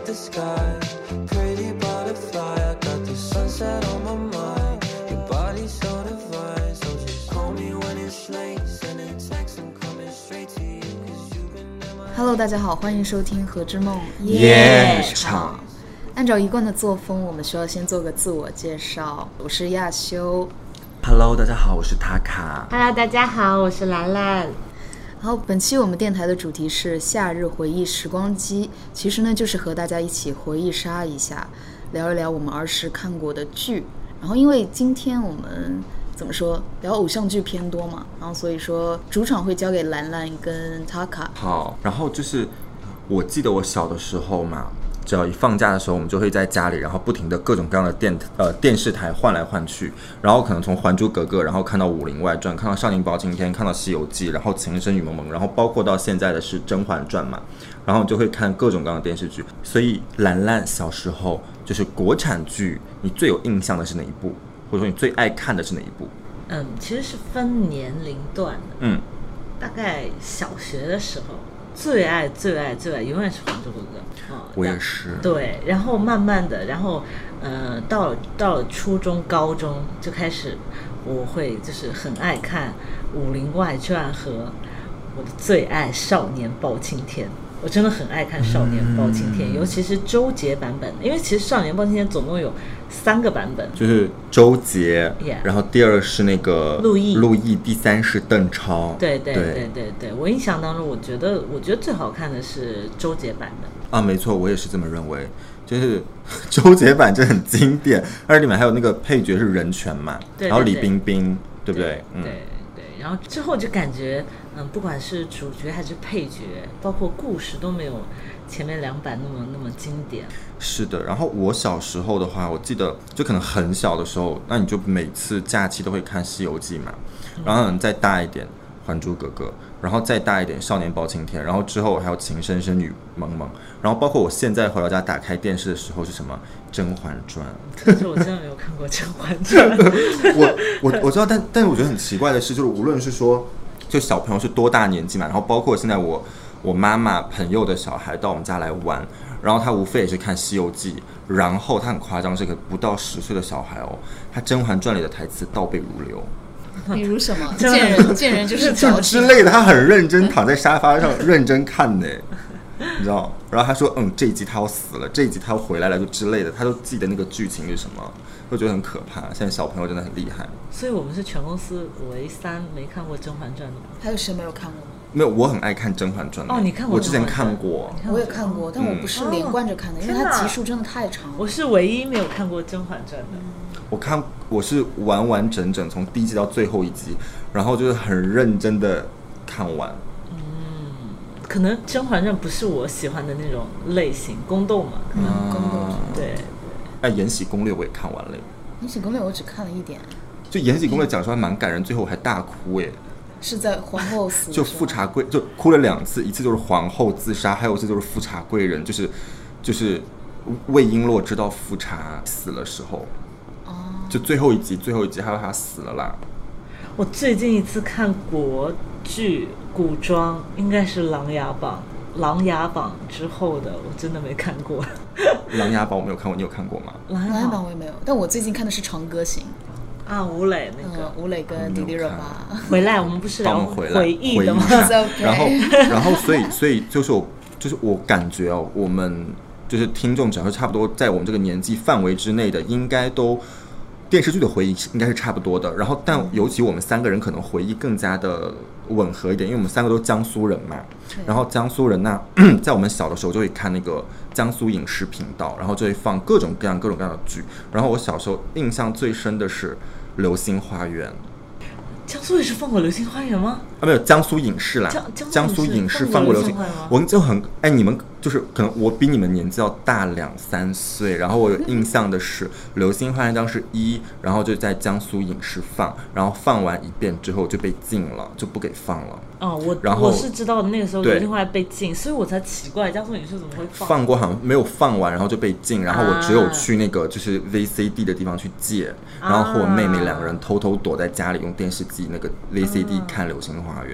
the sky. Pretty butterfly, I got the sunset on my mind. Your body's so divine, so just call me when it's late. Send a text, I'm coming straight to you, 'cause you've been in my Hello， 大家好，欢迎收听何之梦夜场。 按照一贯的作风，我们需要先做个自我介绍。我是亚修。 Hello， 大家好，我是塔卡。 Hello， 大家好，我是兰兰。 好，本期我们电台的主题是夏日回忆时光机，其实呢就是和大家一起回忆杀一下，聊一聊我们儿时看过的剧。然后因为今天我们怎么说聊偶像剧偏多嘛，然后所以说主场会交给兰兰跟 Taka。 好，然后就是我记得我小的时候嘛，只要一放假的时候，我们就会在家里，然后不停的各种各样的电视台换来换去，然后可能从《还珠格格》，然后看到《武林外传》，看到《少年包青天》，看到《西游记》，然后《情深雨蒙蒙》，然后包括到现在的是《甄嬛传》嘛，然后就会看各种各样的电视剧。所以兰兰小时候就是国产剧，你最有印象的是哪一部，或者说你最爱看的是哪一部？ 其实是分年龄段的。大概小学的时候，最爱永远是《还珠格格》。 我也是。 对，然后慢慢的，然后到了初中、高中就开始，我会就是很爱看《武林外传》和我的最爱《少年包青天》。我真的很爱看《少年包青天》，尤其是周杰版本，因为其实《少年包青天》总共有3个版本， 就是周杰， 然后第二是那个陆毅， 第三是邓超。 对，我印象当中，我觉得最好看的是周杰版的啊，没错，我也是这么认为，就是周杰版真的很经典，而且里面还有那个配角是任泉嘛，然后李冰冰，对不对？ 对，然后之后就感觉，不管是主角还是配角，包括故事都没有前面2版那么经典。 是的，然后我小时候的话，我记得就可能很小的时候，那你就每次假期都会看《西游记》嘛，然后再大一点《还珠格格》，然后再大一点《少年包青天》，然后之后还有《情深深雨蒙蒙》，然后包括我现在回到家打开电视的时候是什么《甄嬛传》。 可是我真的没有看过《甄嬛传》。 我知道，但是我觉得很奇怪的是，就是无论是说就小朋友是多大年纪嘛，然后包括现在我妈妈朋友的小孩到我们家来玩，然后他无非也是看《西游记》，然后他很夸张，是个不到10岁的小孩哦，他《甄嬛传》里的台词倒背如流。 比如什么见人就是矫情之类的，他很认真躺在沙发上认真看呢，你知道？然后他说这一集他要死了，这一集他要回来了，就之类的，他都记得那个剧情是什么，我觉得很可怕。现在小朋友真的很厉害。 所以我们是全公司唯3没看过《甄嬛传》的吗？ 还有谁没有看过？ 没有，我很爱看《甄嬛传》的。 你看过？ 我之前看过， 我也看过，但我不是连贯着看的，因为它集数真的太长了。 我是唯一没有看过《甄嬛传》的。 我是完完整整从第1集到最后1集，然后就是很认真的看完。 可能《甄嬛传》不是我喜欢的那种类型，宫斗嘛，可能宫斗对。 延禧攻略我也看完了。 延禧攻略我只看了一点。 就延禧攻略讲出来蛮感人，最后我还大哭耶。 是在皇后死就富察贵就哭了2次，一次就是皇后自杀，还有一次就是富察贵人，就是魏璎珞知道富察死了时候，就最后一集还有他死了啦。 我最近一次看国剧古装应该是《琅琊榜》，《琅琊榜》之后的我真的没看过。 《琅琊榜》我没有看过，你有看过吗？ 《琅琊榜》我也没有，但我最近看的是《长歌行》。 吴磊那个吴磊跟迪丽热巴回来，我们不是聊回忆的吗？ 然后所以就是我感觉我们就是听众，只要是差不多在我们这个年纪范围之内的，应该都电视剧的回忆应该是差不多的。然后但尤其我们3个人可能回忆更加的吻合一点，因为我们3个都是江苏人嘛。然后江苏人在我们小的时候就会看那个江苏影视频道，然后就会放各种各样的剧。然后我小时候印象最深的是流星花园。 江苏也是放过流星花园吗？ 没有，江苏影视啦，江苏影视放过流星花园。我就很你们就是可能我比你们年纪要大2-3岁，然后我有印象的是流星花园当时然后就在江苏影视放，然后放完一遍之后就被禁了，就不给放了。 我是知道的，那个时候流星花园被禁，所以我才奇怪江苏影视怎么会放过，好像没有放完，然后就被禁，然后我只有去那个就是 VCD 的地方去借，然后和我妹妹2个人偷偷躲在家里用电视机那个 VCD 看流星花园。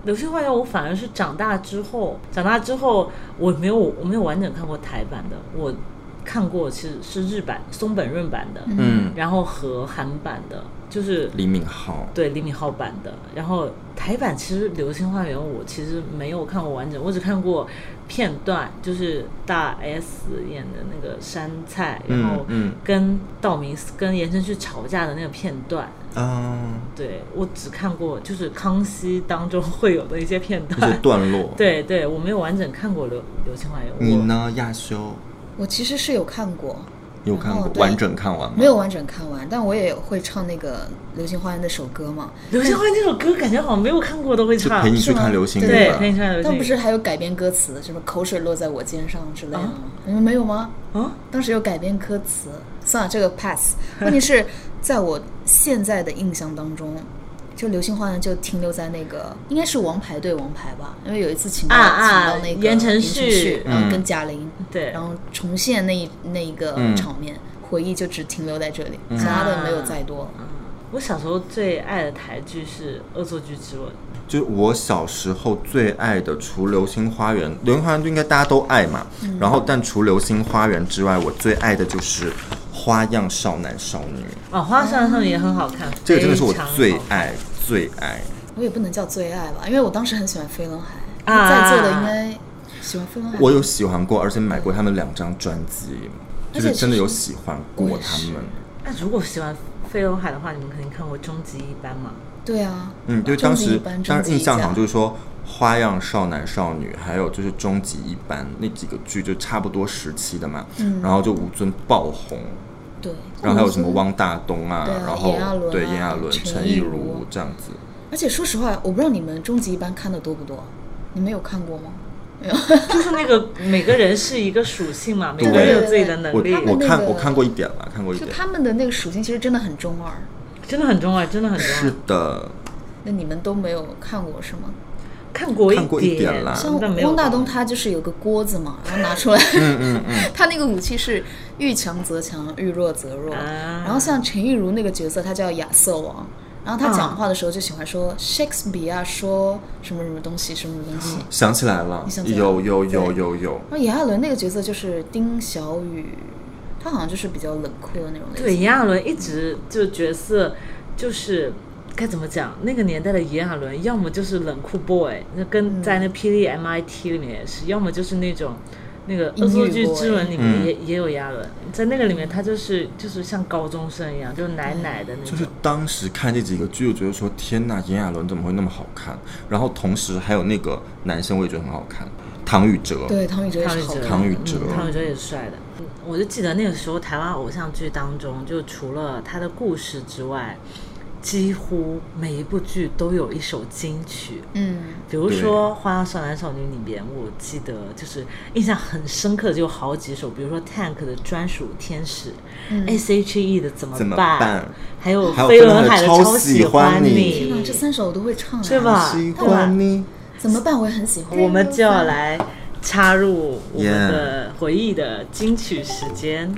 流星花园我反而是长大之后我没有完整看过台版的，我看过其实是日版松本润版的，然后和韩版的，就是李敏镐， 对李敏镐版的。然后台版其实流星花园我其实没有看过完整，我只看过片段，就是大 S 演的那个杉菜，然后跟道明寺跟言承旭吵架的那个片段。对，我只看过就是康熙当中会有的一些片段， 一些段落。 对对，我没有完整看过流星花园。 你呢，亚修？ 我其实是有看过， 有看过完整看完吗？ 没有完整看完，但我也会唱那个《流星花园》那首歌嘛。 流星花园这首歌感觉好像没有看过都会唱， 陪你去看流星， 对，陪你去看流星。 但不是还有改编歌词，什么口水落在我肩上之类的吗？你们没有吗？当时有改编歌词，算了，这个 pass。问题是在我现在的印象当中，就流星花园就停留在那个应该是王牌对王牌吧，因为有一次请到那个言承旭， 然后跟贾玲， 对， 然后重现那一个场面，回忆就只停留在这里，其他的没有再多。 我小时候最爱的台剧是《恶作剧之吻》， 就是我小时候最爱的，除流星花园，流星花园应该大家都爱嘛，然后但除流星花园之外，我最爱的就是花样少男少女。 花样少男少女也很好看， 这个真的是我最爱最爱。 我也不能叫最爱吧，因为我当时很喜欢飞轮海，在座的应该喜欢飞轮海。 我有喜欢过，而且买过他们2张专辑，就是真的有喜欢过他们。 那如果喜欢飞轮海的话，你们肯定看过《终极一班》嘛？ 对啊， 对，当时印象好像就是说花样少男少女，还有就是终极一班那几个剧就差不多时期的嘛，然后就吴尊爆红， 对， 然后还有什么汪大东啊，然后对炎亚纶、陈亦儒这样子。 而且说实话，我不知道你们终极一班看的多不多，你们有看过吗？没有， 就是那个每个人是一个属性嘛，每个人有自己的能力。 我看过一点了， 就他们的那个属性其实真的很中二， 真的很中二，真的很中二。 是的。 那你们都没有看过是吗？ 看过一点啦。 像汪大东他就是有个锅子嘛，然后拿出来，他那个武器是遇强则强，遇弱则弱。然后像陈亦儒那个角色，他叫亚瑟王。然后他讲话的时候就喜欢说 Shakespeare 说什么什么东西什么东西， 想起来了，有。 然后炎亚纶那个角色就是丁小雨，他好像就是比较冷酷的那种类型。 对，炎亚纶一直就角色就是该怎么讲？那个年代的炎亚纶，要么就是冷酷 boy， 那跟在那霹雳 MIT 里面也是，要么就是那种。那个恶作剧之吻里面也有炎亚纶，在那个里面他就是像高中生一样，就奶奶的那种。 就是当时看这几个剧，我觉得说天哪，炎亚纶怎么会那么好看？然后同时还有那个男生，我也觉得很好看，唐禹哲。 对，唐禹哲也是好看。 唐禹哲也是帅的。我就记得那个时候台湾偶像剧当中，就除了他的故事之外，几乎每一部剧都有一首金曲，比如说《花样少男少女》里边，我记得就是印象很深刻的就有好几首，比如说 Tank 的专属天使，S.H.E 的怎么办，还有飞轮海的超喜欢你， 天哪，这3首我都会唱， 对吧？ 喜欢你怎么办，我也很喜欢。 我们就要来插入我们的回忆的金曲时间。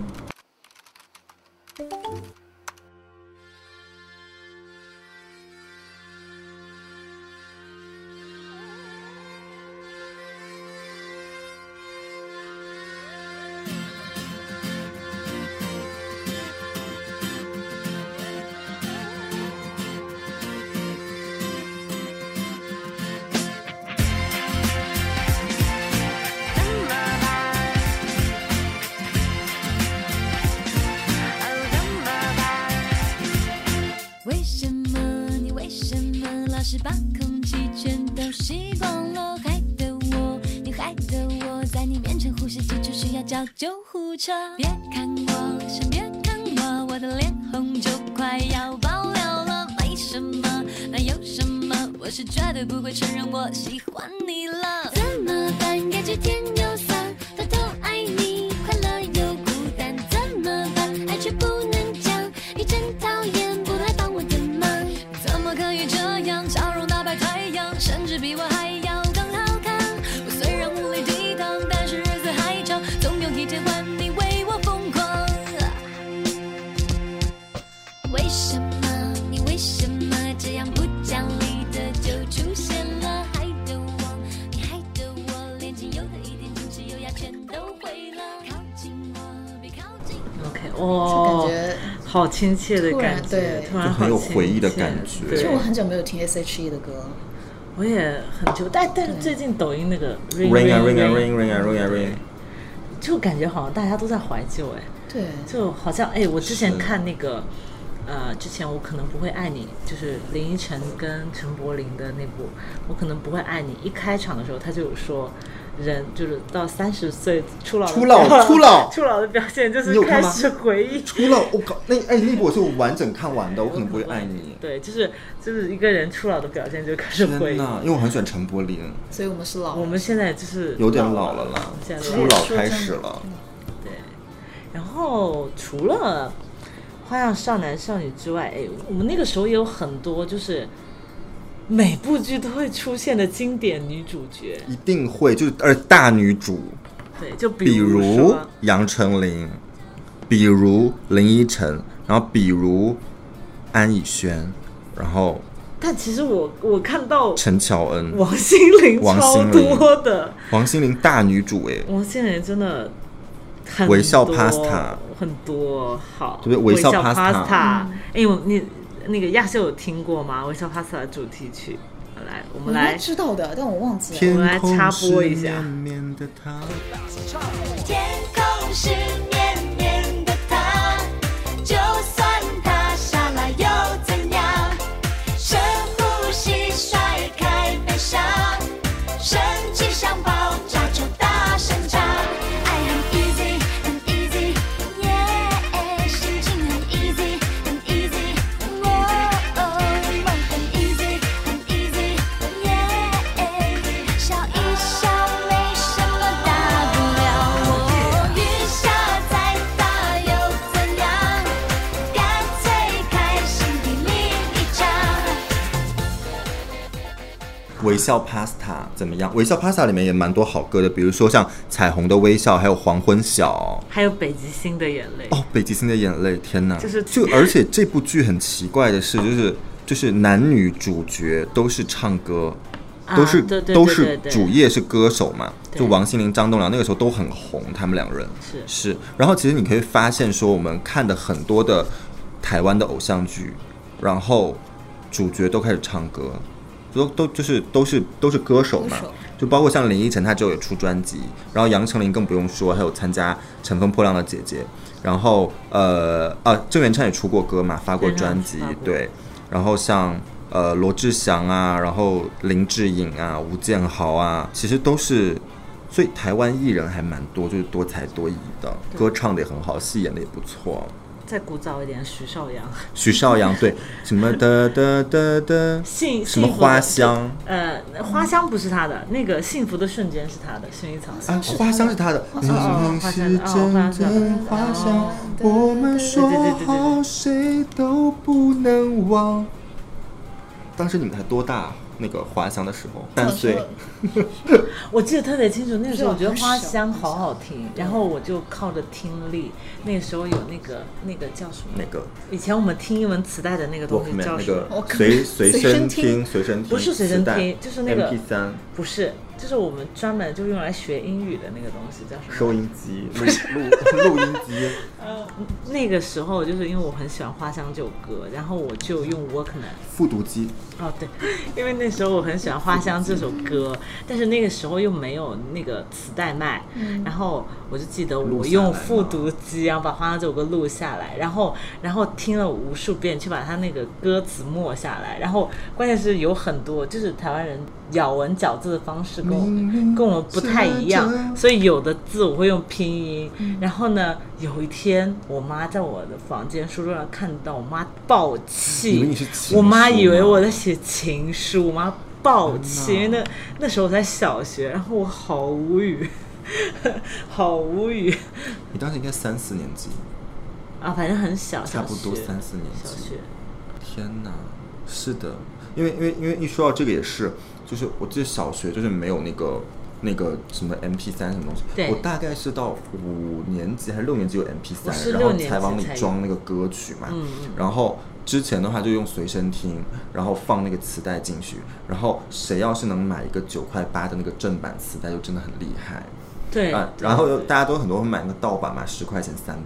是把空气全都吸光了，害得我，你害得我在你面前呼吸急就需要叫救护车。别看我，先别看我，我的脸红就快要爆了了。没什么，那有什么？我是绝对不会承认我喜欢你了。怎么办？该几天又酸，偷偷爱你，快乐又孤单。怎么办？爱却不能讲，你真讨厌，不来帮我的忙。怎么可以这样？笑容打败太阳，甚至比我还要更好看。我虽然无力抵抗，但是日子还长，总有一天换你为我疯狂。为什么你为什么这样不讲理的就出现了？还哇， 感觉好亲切的突然感觉， 对突然就很有好亲回忆的切感觉对就我很久没有听 S.H.E 的歌了。 我也很久，但是最近抖音那个 ring 啊 ring 啊 ring ring 啊 ring 啊 ring， 就感觉好像大家都在怀旧哎， 对， 就好像我之前看那个之前我可能不会爱你，就是林依晨跟陈柏霖的那部我可能不会爱你，一开场的时候他就有说人就是到30岁初老的表现就是开始回忆初老，我靠，那部我是完整看完的，我可能不会爱你。 对，就是一个人初老的表现就开始回忆。 天哪，因为我很喜欢陈柏霖， 所以我们是老了， 我们现在就是有点老了啦， 现在初老开始了。 对，然后除了花样少男少女之外，我们那个时候也有很多就是每部剧都会出现的经典女主角， 一定会，就是大女主， 对，就比如杨丞琳，比如林依晨，然后比如安以轩，然后但其实我看到陈乔恩、 王心凌超多的， 王心凌大女主王心凌真的很微笑 pasta 很多，好， 对不对？微笑 pasta， 你那个亚秀有听过吗？微笑 pasta 的主题曲，来，我们来知道的，但我忘记了。 我们来插播一下。 天空是绵绵的它，就算它下来又怎样？深呼吸，甩开悲伤，生气像爆炸就大声唱。爱很 easy， 很 easy， yeah， 心情很 easy， 很 easy， 梦很 easy， 很 easy， yeah， 笑一笑没什么大不了。雨下再大又怎样？干脆开心地淋一场。 微笑 pasta 怎么样？微笑 pasta 里面也蛮多好歌的，比如说像彩虹的微笑，还有黄昏晓， 还有北极星的眼泪。 北极星的眼泪，天哪！ 就是而且这部剧很奇怪的是，就是男女主角都是唱歌，都是主业是歌手嘛，就王心凌、张栋梁那个时候都很红，他们两人是。然后其实你可以发现说，我们看的很多的台湾的偶像剧，然后主角都开始唱歌。都是歌手嘛，就包括像林依晨，她就有出专辑，然后杨丞琳更不用说，还有参加《乘风破浪的姐姐》，然后郑元畅也出过歌嘛，发过专辑，对，然后像罗志祥啊，然后林志颖啊，吴建豪啊，其实都是，所以台湾艺人还蛮多，就是多才多艺的，歌唱的也很好，戏演的也不错。 再古早一点， 徐少阳对，什么的什么花香， 花香不是他的，那个幸福的瞬间是他的，薰衣草啊，花香是他的， 花香是花香，我们说好谁都不能忘。当时你们才多大？那个花香的时候，3岁。 我记得特别清楚，那个时候我觉得花香好好听，然后我就靠着听力，那个时候有那个叫什么？ 那个以前我们听英文磁带的那个东西叫什么？ 随身听， 不是随身听，就是那个 MP3， 不是，就是我们专门就用来学英语的那个东西叫什么？ 收音机，录音机。 那个时候就是因为我很喜欢花香这首歌，然后我就用 Walkman 复读机。 哦，对，因为那时候我很喜欢花香这首歌，但是那个时候又没有那个磁带卖，然后我就记得我用复读机，然后把花香这首歌录下来，然后听了无数遍，去把它那个歌词默下来，然后关键是有很多就是台湾人咬文嚼字的方式跟我们不太一样，所以有的字我会用拼音，然后呢，有一天我妈在我的房间书桌上看到，我妈爆气，我妈以为我在写情书，我妈爆气，因为那时候我在小学，然后我好无语，好无语。 你当时应该3、4年级啊，反正很小， 差不多3、4年级。 小学。 天哪，是的，因为一说到这个也是，就是我记得小学就是没有那个什么 MP3 什么东西，我大概是到5年级还是6年级有 MP3， 然后才往里装那个歌曲嘛，然后之前的话就用随身听，然后放那个磁带进去，然后谁要是能买一个9块8的那个正版磁带，就真的很厉害。 对， 然后大家都很多会买那个盗版嘛，10块钱3盘。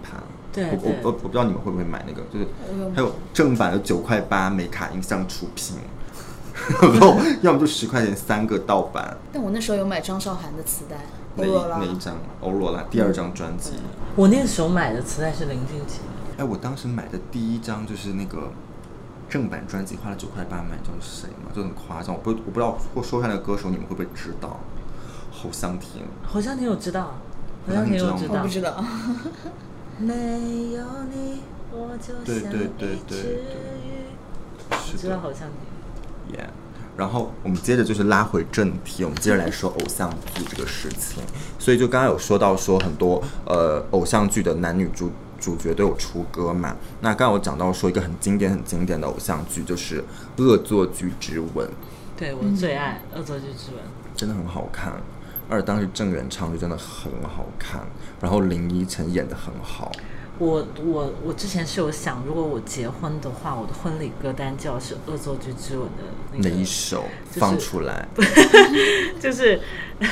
对对我不知道你们会不会买那个，就是还有正版的9.8美卡音像出品，然后要么就10块钱3个盗版。 但我那时候有买张韶涵的磁带， 哪一张？欧罗拉第2张专辑。 我那时候买的磁带是林俊杰。 哎，我当时买的第1张就是那个正版专辑，花了9.8买，你知道是谁吗？就很夸张，我不知道或说出来的歌手你们会不会知道？侯湘婷。 侯湘婷我知道，侯湘婷我知道。 我不知道。 没有你，我就像一只鱼。我知道侯湘婷。 Yeah。然后我们接着就是拉回正题，我们接着来说偶像剧这个事情。所以就刚刚有说到说很多偶像剧的男女主角都有出歌嘛。那刚刚有讲到说一个很经典的偶像剧就是《恶作剧之吻》。 对，我最爱《恶作剧之吻》， 真的很好看。而当时郑元畅就真的很好看，然后林依晨演得很好。 我之前是有想，如果我结婚的话，我的婚礼歌单就要是《恶作剧之吻》的那个哪一首、放出来？ 就是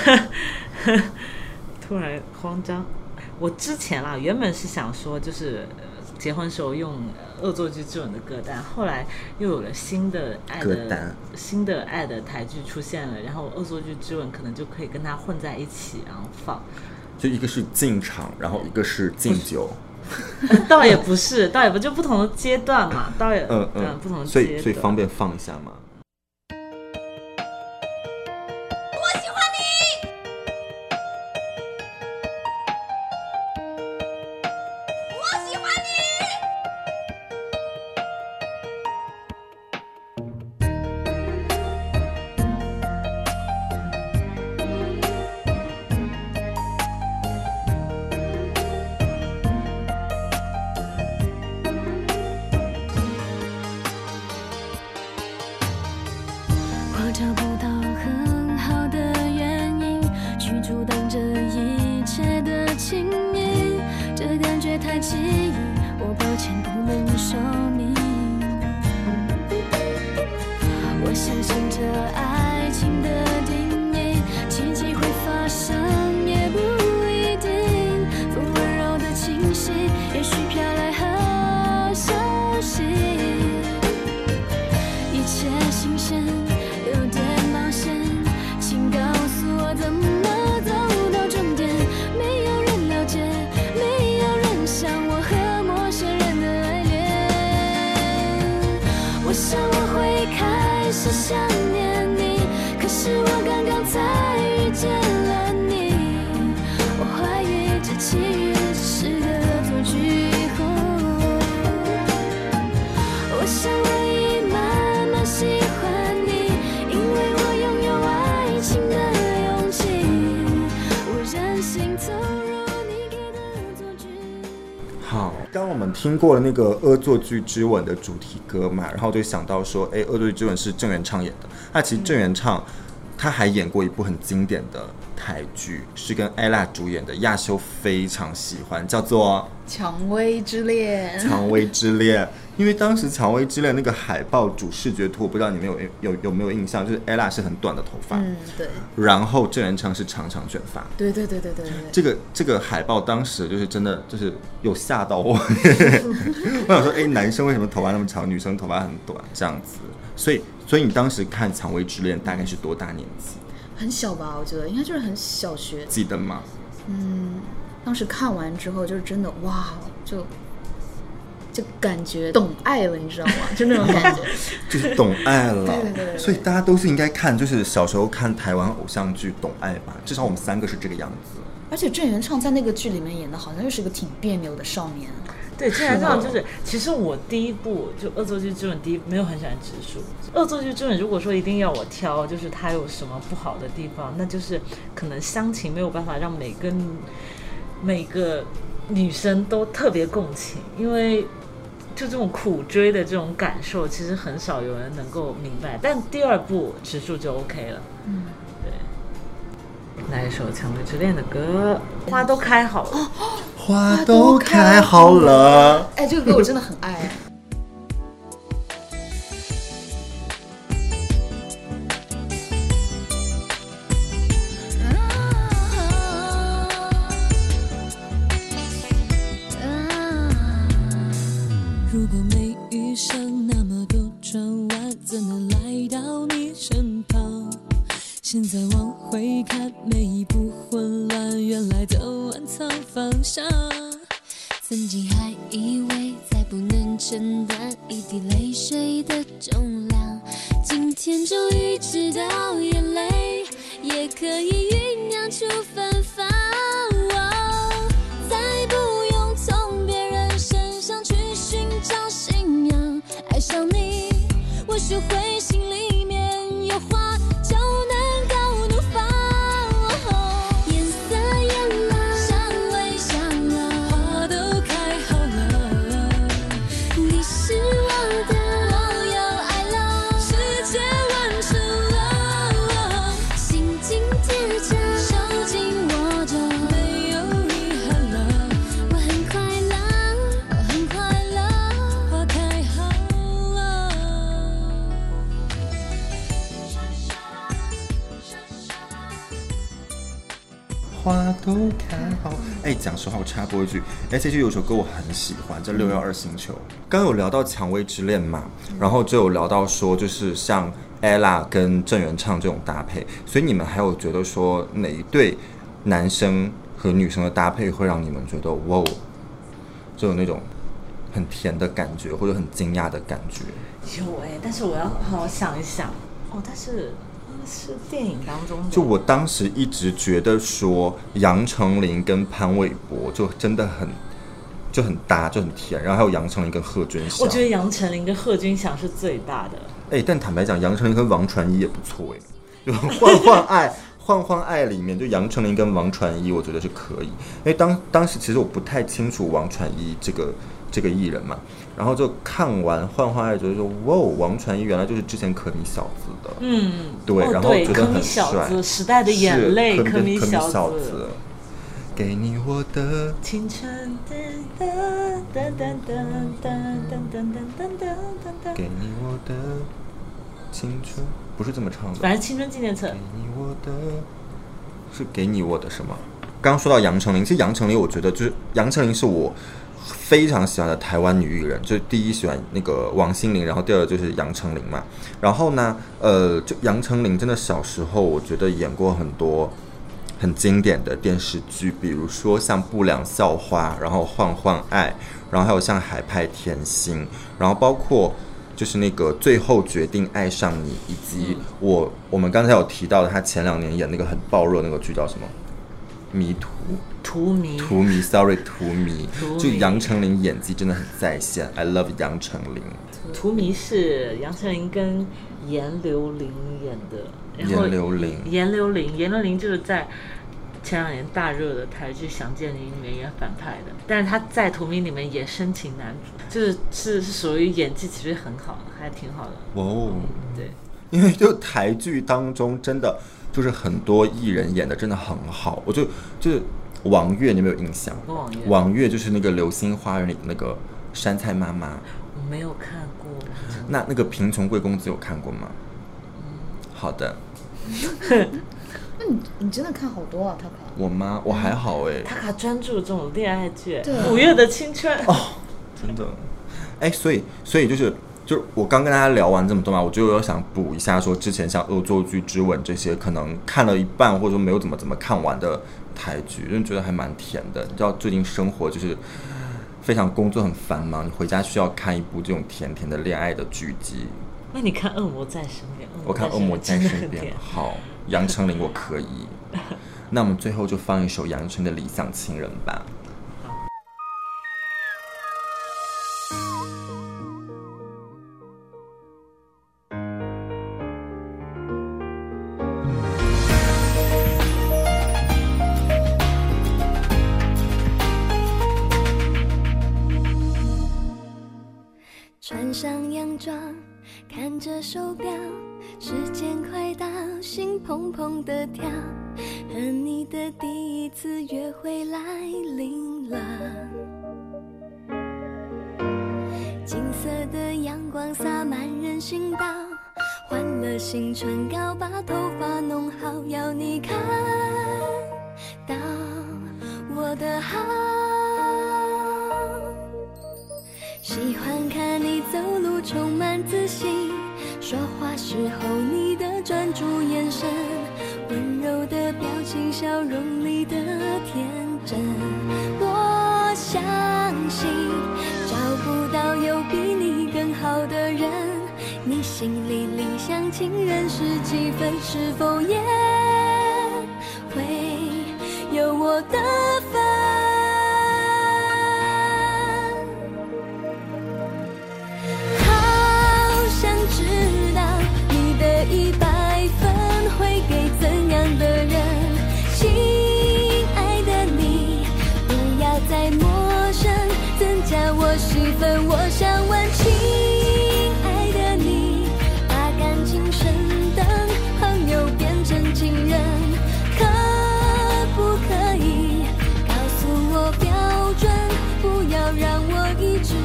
突然慌张。我之前啦，原本是想说，就是结婚时候用《恶作剧之吻》的歌单，后来又有了新的爱的台剧出现了，然后《恶作剧之吻》可能就可以跟它混在一起，然后放。 就一个是进场，然后一个是敬酒。 倒也不是，就不同的阶段嘛，倒也不同的阶段， 所以方便放一下吗？ 我喜欢你，我喜欢我找不到很好的原因去阻挡这一切的情谊，这感觉太奇异，我抱歉不能说明。我相信这爱情的定义，奇迹会发生也不一定，风温柔的清晰，也许飘来好消息，一切新鲜有点冒险，请告诉我怎么走到终点。没有人了解，没有人像我和陌生人的爱恋。我想我会开始想念你，可是我刚刚才遇见了你。我怀疑这奇遇只是个恶作剧。我想我已慢慢喜欢你，因为我拥有爱情的勇气，我任性投入你给的恶作剧。 好，刚刚我们听过了那个《恶作剧之吻》的主题歌嘛，然后就想到说，《恶作剧之吻》是郑元畅演的。那其实郑元畅他还演过一部很经典的台剧，是跟ella主演的，亚修非常喜欢，叫做 《蔷薇之恋》。 蔷薇之恋，因为当时《蔷薇之恋》那个海报主视觉图，我不知道你们有没有印象，就是 ella 是很短的头发， 对， 然后郑元畅是长长卷发， 对。 这个海报当时就是真的就是有吓到我，我想说，男生为什么头发那么长，女生头发很短这样子？所以你当时看《蔷薇之恋》大概是多大年纪？ 很小吧，我觉得应该就是很小学。 记得吗？ 当时看完之后就是真的哇，就感觉懂爱了，你知道吗？就那种感觉， 就是懂爱了。 对。 所以大家都是应该看，就是小时候看台湾偶像剧懂爱吧。至少我们3个是这个样子。 而且郑元畅在那个剧里面演的好像又是个挺别扭的少年。 对，郑元畅就是，其实我第一部就《恶作剧之吻》没有很喜欢直树。《恶作剧之吻》如果说一定要我挑，就是它有什么不好的地方，那就是可能乡情没有办法让每个女生都特别共情，因为就这种苦追的这种感受，其实很少有人能够明白。但第2部直树就 OK 了。对。来一首《蔷薇之恋》的歌，花都开好了。 花都开好了。 这个歌我真的很爱。 伤。曾经还以为再不能承担一滴泪水的重量，今天终于知道眼泪也可以酝酿出芬芳。再不用从别人身上去寻找信仰，爱上你，我学会心里面有话就能够怒放。颜色艳了，香味香了，花都开好了。你是我的，我又爱了，世界完成了。心紧贴着，手紧握着，没有遗憾了。我很快乐，我很快乐，花开好了。 花都开好。哎，讲实话，我插播一句，S.H.E 有首歌我很喜欢，叫《612星球》。刚有聊到《蔷薇之恋》嘛，然后就有聊到说，就是像 Ella 跟郑元畅这种搭配，所以你们还有觉得说哪一对男生和女生的搭配会让你们觉得哇，就有那种很甜的感觉，或者很惊讶的感觉？ 有但是我要好好想一想但是电影当中的。 就我当时一直觉得说杨丞琳跟潘玮柏就真的很搭，就很甜，然后还有杨丞琳跟贺军翔。 我觉得杨丞琳跟贺军翔是最搭的。 但坦白讲，杨丞琳跟王传一也不错就换换爱里面，就杨丞琳跟王传一，我觉得是可以。因为当时其实我不太清楚王传一这个艺人嘛，然后就看完换换爱，觉得说哇，王传一原来就是之前可米小子的，对，然后觉得很帅。 时代的眼泪，可米小子。 给你我的青春， 给你我的青春，不是这么唱的， 反正青春纪念册。 给你我的，是给你我的什么？刚刚说到杨丞琳，其实杨丞琳，我觉得就是杨丞琳是我非常喜欢的台湾女艺人，就是第一喜欢那个王心凌，然后第二就是杨丞琳嘛。然后呢，就杨丞琳真的小时候，我觉得演过很多很经典的电视剧，比如说像《不良校花》，然后《换换爱》，然后还有像《海派甜心》，然后包括就是那个《最后决定爱上你》，以及我们刚才有提到的，他前2年演那个很爆热那个剧叫什么？迷途。 荼蘼 ，sorry， 荼蘼。就杨丞琳演技真的很在线 ，I love 杨丞琳。 荼蘼是杨丞琳跟颜流玲演的。 颜流玲就是在前2年大热的台剧《想见你》里面演反派的，但是他在《荼蘼》里面演深情男主，是属于演技其实很好，还挺好的。对， 因为就台剧当中真的就是很多艺人演的真的很好，就是王月，你有没有印象？王月就是那个《流星花园》里的那个杉菜妈妈。 我没有看过。 那个贫穷贵公子有看过吗？好的。 那你真的看好多啊，塔卡？ 我吗？我还好塔卡专注这种恋爱剧， 对 5月的青春真的。所以就是我刚跟大家聊完这么多嘛，我就有想补一下说之前像《恶作剧之吻》这些可能看了一半或者说没有怎么看完的台剧，就觉得还蛮甜的。你知道最近生活就是非常工作很繁忙，你回家需要看一部这种甜甜的恋爱的剧集。 那你看《恶魔在身边》？ 我看《恶魔在身边》好，杨丞琳我可以。那我们最后就放一首杨丞琳的《理想情人》吧。 穿上洋装，看着手表，时间快到，心砰砰地跳，和你的第一次约会来临了。金色的阳光洒满人行道，换了新唇膏，把头发弄好，要你看到我的好。喜欢看你走路充满自信，说话时候你的专注眼神，温柔的表情，笑容里的天真。我心里理想情人是几分，是否也会有我的份？好想知道你的100分会给怎样的人？亲爱的你，不要再陌生，增加我戏份。我想问，亲爱的你，把感情升等，朋友变成情人，可不可以告诉我标准？不要让我一直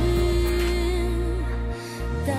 等。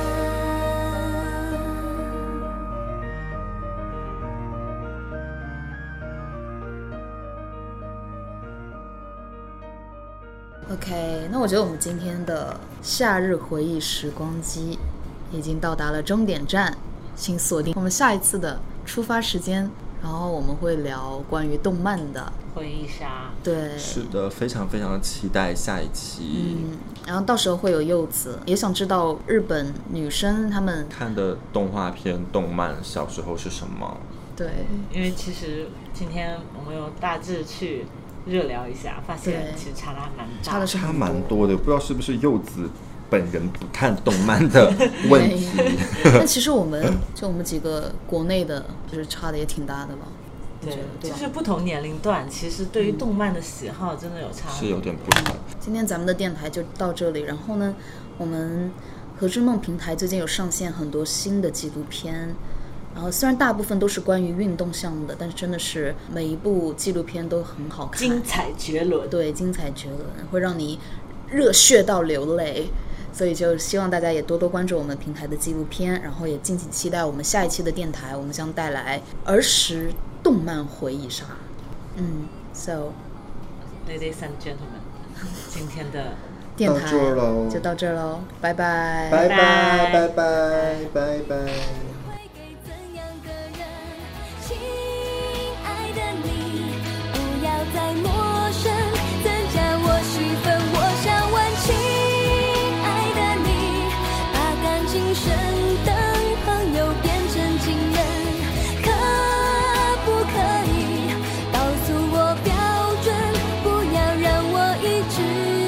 OK， 那我觉得我们今天的夏日回忆时光机已经到达了终点站，请锁定我们下一次的出发时间，然后我们会聊关于动漫的回忆杀。 对， 是的，非常非常期待下一期。 然后到时候会有柚子，也想知道日本女生她们看的动画片、动漫小时候是什么？ 对， 因为其实今天我们有大致去热聊一下，发现对其实差蛮大， 差差的是很蛮多的，不知道是不是柚子本人不看动漫的问题。 但其实我们几个国内的，就是差的也挺大的吧？ 对， 对吧就是不同年龄段，其实对于动漫的喜好真的有差很多， 是有点不同。 今天咱们的电台就到这里，然后呢，我们和之梦平台最近有上线很多新的纪录片，然后虽然大部分都是关于运动项目的，但是真的是每一部纪录片都很好看， 精彩绝伦。 对，精彩绝伦，会让你热血到流泪。所以就希望大家也多多关注我们平台的纪录片，然后也敬请期待我们下一期的电台，我们将带来儿时动漫回忆杀。So Ladies and gentlemen， 今天的电台到这儿咯就到这儿喽，拜拜， 拜拜拜拜拜拜。 会给怎样的人？亲爱的你，不要再陌生，增加我戏份。我想问，亲爱的你，把感情升等，朋友变成情人，可不可以告诉我标准？不要让我一直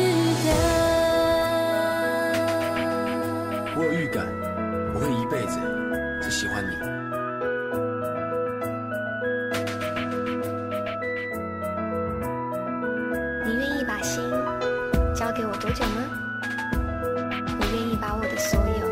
等。 我有预感，我会一辈子只喜欢你。 你愿意把心交给我多久吗？我愿意把我的所有